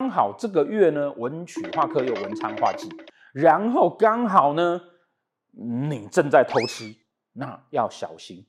刚好这个月呢文曲化科又文昌化忌，然后刚好呢你正在偷吃，那要小心。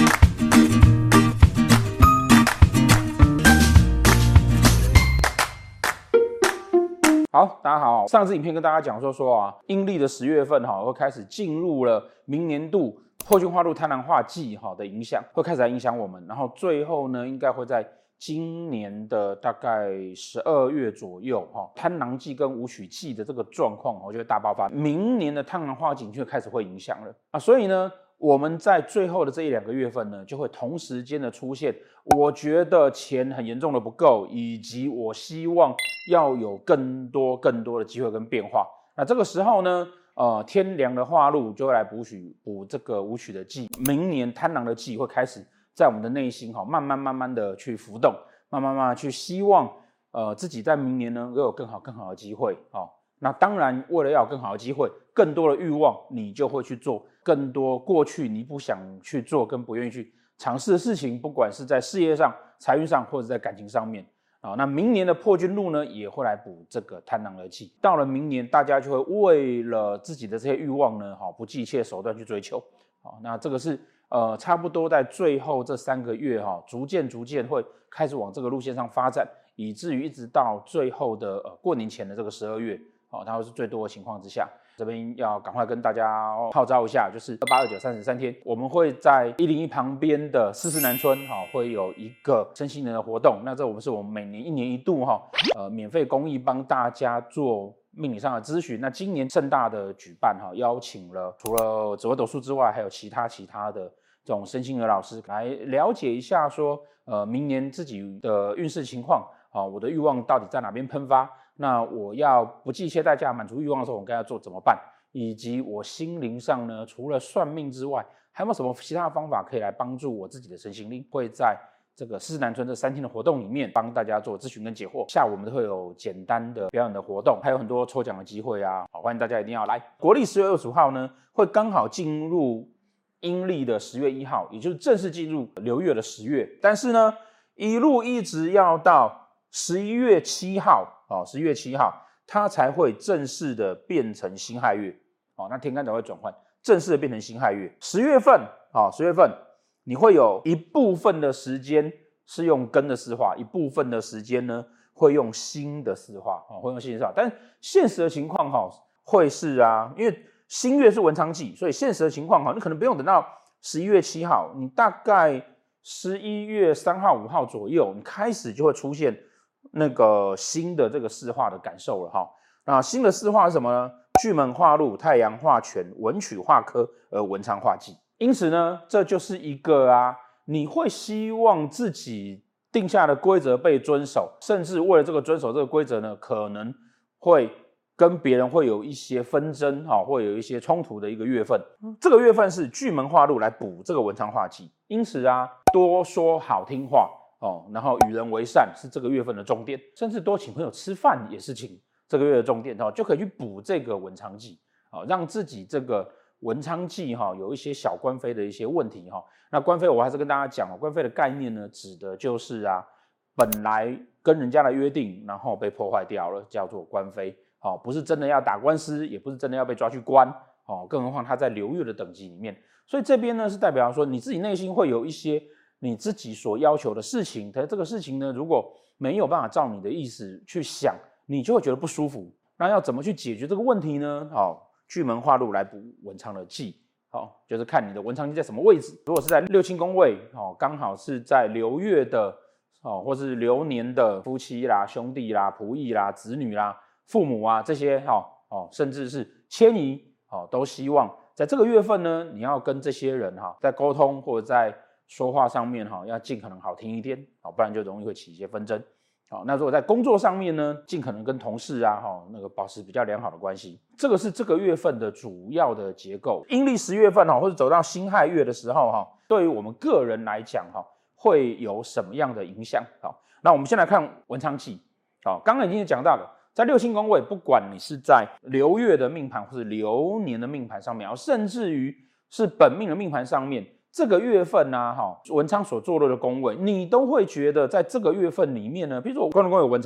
好，大家好。上次影片跟大家讲说啊，阴历的10月份会开始进入了明年度破军化禄贪狼化忌的影响，会开始来影响我们。然后最后呢，应该会在今年的大概12月左右贪狼忌跟武曲忌的这个状况就会大爆发。明年的贪狼化忌就开始会影响了啊，所以呢，我们在最后的这1-2个月份呢，就会同时间的出现，我觉得钱很严重的不够，以及我希望要有更多的机会跟变化。那这个时候呢，天梁的化禄就会来补这个武曲的忌，明年贪狼的忌会开始在我们的内心慢慢的去浮动，慢慢去希望自己在明年呢有更好的机会那当然，为了要有更好的机会，更多的欲望，你就会去做更多过去你不想去做跟不愿意去尝试的事情，不管是在事业上、财运上，或者在感情上面那明年的破军禄呢，也会来补这个贪狼的忌。到了明年，大家就会为了自己的这些欲望呢，不计一切手段去追求那这个是差不多在最后这3个月逐渐会开始往这个路线上发展，以至于一直到最后的过年前的这个12月它会是最多的情况之下。这边要赶快跟大家号召一下，就是28、29、33天，我们会在101旁边的四四南村会有一个身心灵的活动。那这是我们每年1年1度免费公益帮大家做命理上的咨询。那今年盛大的举办邀请了除了紫微斗数之外，还有其他的这种身心灵老师来了解一下说明年自己的运势情况我的欲望到底在哪边喷发，那我要不计一切代价满足欲望的时候，我该要做怎么办？以及我心灵上呢，除了算命之外，还有没有什么其他的方法可以来帮助我自己的身心灵？会在这个四四南村这3天的活动里面帮大家做咨询跟解惑。下午我们都会有简单的表演的活动，还有很多抽奖的机会欢迎大家一定要来。国历10月25号呢，会刚好进入阴历的10月1号，也就是正式进入流月的10月。但是呢，一路一直要到11月7号11月7号它才会正式的变成辛亥月那天干才会转换，正式的变成辛亥月。10月份你会有一部分的时间是用庚的四化，一部分的时间呢会用辛的四化但是现实的情况会是因为辛月是文昌忌，所以现实的情况你可能不用等到11月7号，你大概11月3号、5号左右，你开始就会出现那个新的这个四化的感受了那新的四化是什么呢？巨门化禄、太阳化权、文曲化科、文昌化忌。因此呢，这就是一个你会希望自己定下的规则被遵守，甚至为了这个遵守这个规则呢，可能会跟别人会有一些纷争会有一些冲突的一个月份。这个月份是巨门化禄来补这个文昌化忌，因此多说好听话然后与人为善是这个月份的重点，甚至多请朋友吃饭也是请这个月的重点就可以去补这个文昌忌让自己这个文昌忌有一些小官非的一些问题那官非我还是跟大家讲官非的概念呢，指的就是本来跟人家的约定然后被破坏掉了，叫做官非不是真的要打官司，也不是真的要被抓去关更何况他在流月的等级里面。所以这边呢是代表说你自己内心会有一些你自己所要求的事情，可是这个事情呢，如果没有办法照你的意思去想，你就会觉得不舒服。那要怎么去解决这个问题呢？巨门化禄来补文昌的忌，就是看你的文昌忌在什么位置。如果是在六亲宫位，刚好是在流月的，或是流年的夫妻啦、兄弟啦、仆役啦、子女啦、父母这些，甚至是迁移，都希望在这个月份呢，你要跟这些人在沟通或者在说话上面要尽可能好听一点不然就容易会起一些纷争那如果在工作上面呢，尽可能跟同事那个保持比较良好的关系。这个是这个月份的主要的结构。阴历10月份或者走到辛亥月的时候对于我们个人来讲会有什么样的影响那我们先来看文昌忌刚刚已经讲到了，在六亲宫位，不管你是在流月的命盘或是流年的命盘上面甚至于是本命的命盘上面，这个月份文昌所坐落的宫位，你都会觉得在这个月份里面呢，比如说我官禄宫有文昌，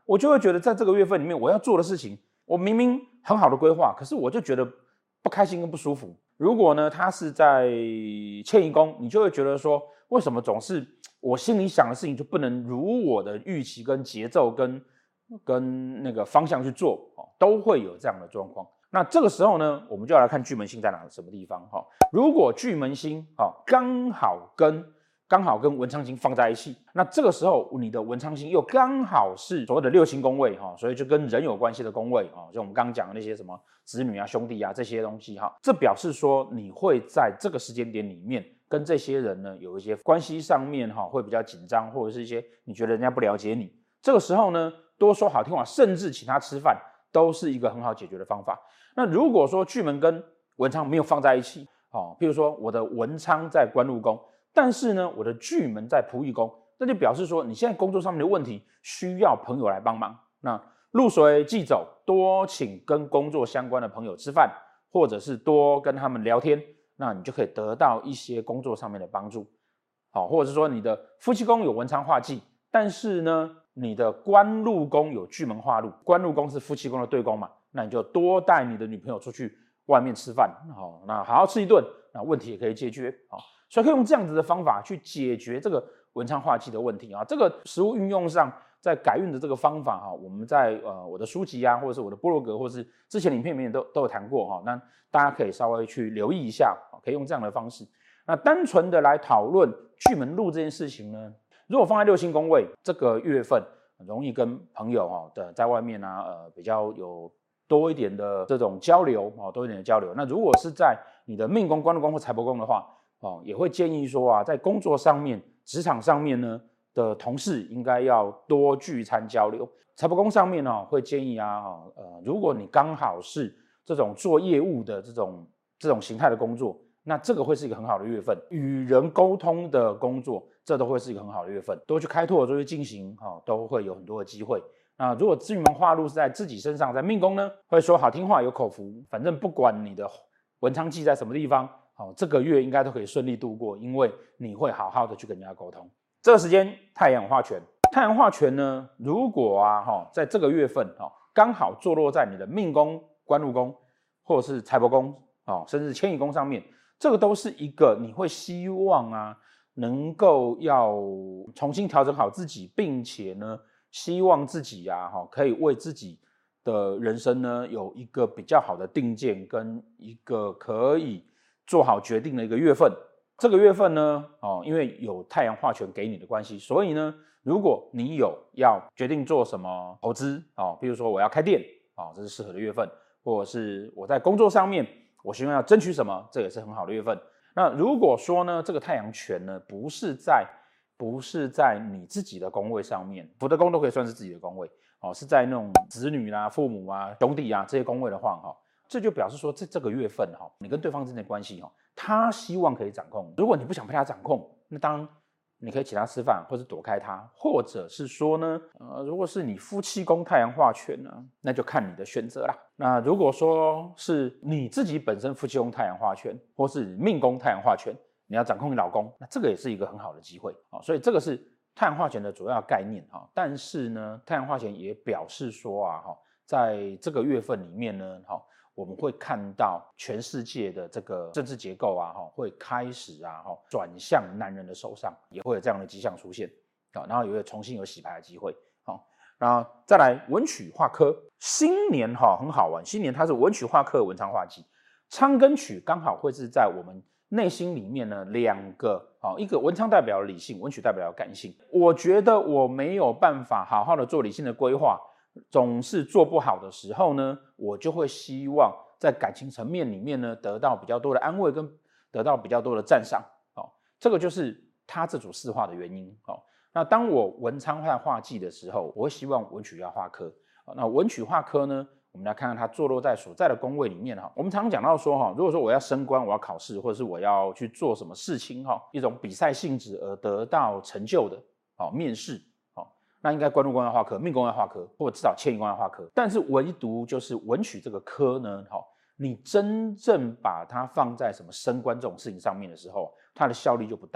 我就会觉得在这个月份里面我要做的事情，我明明很好的规划，可是我就觉得不开心跟不舒服。如果呢他是在迁移宫，你就会觉得说，为什么总是我心里想的事情就不能如我的预期跟节奏跟那个方向去做，都会有这样的状况。那这个时候呢，我们就要来看巨门星在什么地方。如果巨门星刚好跟文昌星放在一起，那这个时候你的文昌星又刚好是所谓的6星宫位，所以就跟人有关系的宫位，就我们刚刚讲的那些什么子女啊、兄弟啊这些东西，这表示说你会在这个时间点里面跟这些人呢有一些关系上面会比较紧张，或者是一些你觉得人家不了解你，这个时候呢多说好听话，甚至请他吃饭都是一个很好解决的方法。那如果说巨门跟文昌没有放在一起，譬如说我的文昌在官禄宫，但是呢我的巨门在仆役宫，那就表示说你现在工作上面的问题需要朋友来帮忙。那入水忌走，多请跟工作相关的朋友吃饭，或者是多跟他们聊天，那你就可以得到一些工作上面的帮助。或者是说你的夫妻宫有文昌化忌，但是呢你的官禄宫有巨门化禄，官禄宫是夫妻宫的对宫嘛，那你就多带你的女朋友出去外面吃饭，那好好吃一顿，那问题也可以解决。所以可以用这样子的方法去解决这个文昌化忌的问题。这个实务运用上，在改运的这个方法，我们在我的书籍啊，或者是我的部落格，或者是之前影片里面都有谈过，那大家可以稍微去留意一下，可以用这样的方式。那单纯的来讨论巨门禄这件事情呢，如果放在6星宫位，这个月份容易跟朋友在外面比较有多一点的这种交流，多一点的交流。那如果是在你的命宫、官禄宫或财帛宫的话，也会建议说在工作上面、职场上面呢的同事应该要多聚餐交流。财帛宫上面会建议如果你刚好是这种做业务的这种形态的工作，那这个会是一个很好的月份。与人沟通的工作，这都会是一个很好的月份，多去开拓、多去进行，都会有很多的机会。那如果巨门化禄是在自己身上，在命宫呢，会说好听话、有口福，反正不管你的文昌忌在什么地方，这个月应该都可以顺利度过，因为你会好好的去跟人家沟通。这个时间太阳化权，太阳化权呢，如果在这个月份刚好坐落在你的命宫、官禄宫，或者是财帛宫甚至迁移宫上面，这个都是一个你会希望能够要重新调整好自己，并且呢希望自己可以为自己的人生呢有一个比较好的定见，跟一个可以做好决定的一个月份。这个月份呢因为有太阳化权给你的关系，所以呢如果你有要决定做什么投资比如说我要开店这是适合的月份，或者是我在工作上面我希望要争取什么，这也是很好的月份。那如果说呢这个太阳权呢不是在你自己的宫位上面，福德宫都可以算是自己的宫位是在那种子女啊、父母啊、兄弟啊这些宫位的话这就表示说这个月份你跟对方之间的关系他希望可以掌控。如果你不想被他掌控，那当然你可以请他吃饭，或是躲开他，或者是说呢如果是你夫妻宫太阳化权呢，那就看你的选择啦。那如果说是你自己本身夫妻宫太阳化权，或是命宫太阳化权，你要掌控你老公，那这个也是一个很好的机会所以这个是太阳化权的主要概念但是呢太阳化权也表示说在这个月份里面呢我们会看到全世界的这个政治结构会开始转向男人的手上，也会有这样的迹象出现然后也会重新有洗牌的机会然后再来文曲化科，新年很好玩，新年它是文曲化科文昌化忌，昌跟曲刚好会是在我们内心里面呢两个一个文昌代表理性，文曲代表感性。我觉得我没有办法好好的做理性的规划，总是做不好的时候呢，我就会希望在感情层面里面呢得到比较多的安慰，跟得到比较多的赞赏这个就是他这组四化的原因那当我文昌化忌的时候，我会希望文曲要化科那文曲化科呢，我们来看看它坐落在所在的宫位里面我们常常讲到说如果说我要升官，我要考试，或者是我要去做什么事情一种比赛性质而得到成就的面试那应该官禄宫要化科，命宫要化科，或者至少迁移宫要化科。但是唯独就是文曲这个科呢你真正把它放在什么升官这种事情上面的时候，它的效力就不大。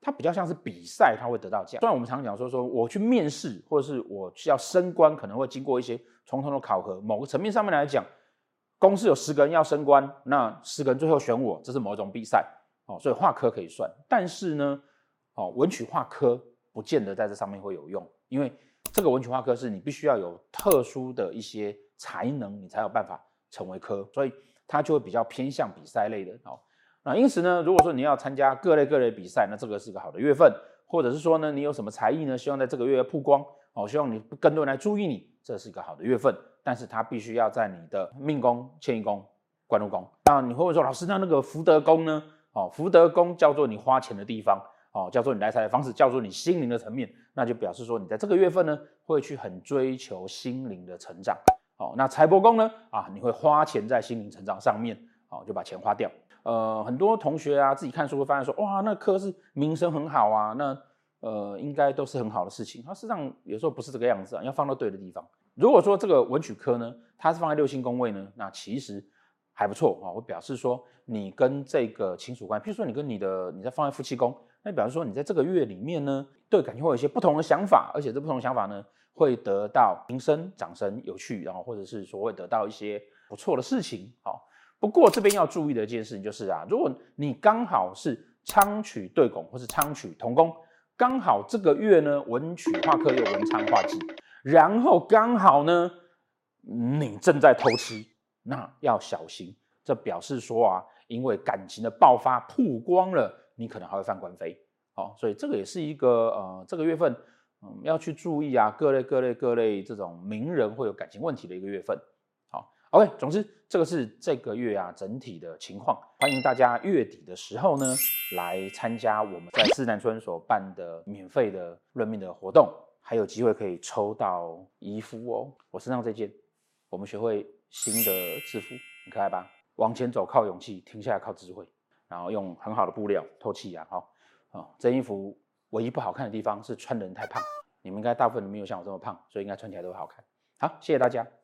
它比较像是比赛，它会得到奖。虽然我们常讲说我去面试，或者是我需要升官，可能会经过一些重重的考核。某个层面上面来讲，公司有10个人要升官，那10个人最后选我，这是某种比赛所以化科可以算。但是呢，文曲化科不见得在这上面会有用，因为这个文曲化科是你必须要有特殊的一些才能，你才有办法成为科，所以它就会比较偏向比赛类的。那因此呢，如果说你要参加各类比赛，那这个是一个好的月份，或者是说呢，你有什么才艺呢，希望在这个月曝光，希望你更多人来注意你，这是一个好的月份。但是它必须要在你的命宫、迁移宫、官禄宫。那你会问说，老师，那个福德宫呢？福德宫叫做你花钱的地方，叫做你来财的方式，叫做你心灵的层面，那就表示说你在这个月份呢，会去很追求心灵的成长。那财帛宫呢？你会花钱在心灵成长上面，就把钱花掉。很多同学啊，自己看书会发现说，哇，那科是名声很好啊，那应该都是很好的事情。它事实上有时候不是这个样子要放到对的地方。如果说这个文曲科呢，它是放在6星宫位呢，那其实还不错会表示说你跟这个亲属关系，譬如说你在放在夫妻宫，那表示说你在这个月里面呢，对感情会有一些不同的想法，而且这不同的想法呢，会得到名声、掌声、有趣，然后或者是说会得到一些不错的事情。不过这边要注意的一件事情就是如果你刚好是昌曲对拱或是昌曲同宫，刚好这个月呢文曲化科又文昌化忌，然后刚好呢你正在偷吃，那要小心。这表示说因为感情的爆发曝光了，你可能还会犯官非。所以这个也是一个这个月份要去注意各类这种名人会有感情问题的一个月份。OK， 总之这个是这个月整体的情况。欢迎大家月底的时候呢来参加我们在四南村所办的免费的论命的活动，还有机会可以抽到衣服我身上这件，我们学会新的制服，很可爱吧？往前走靠勇气，停下来靠智慧，然后用很好的布料透气这件衣服唯一不好看的地方是穿的人太胖，你们应该大部分人没有像我这么胖，所以应该穿起来都会好看。好，谢谢大家。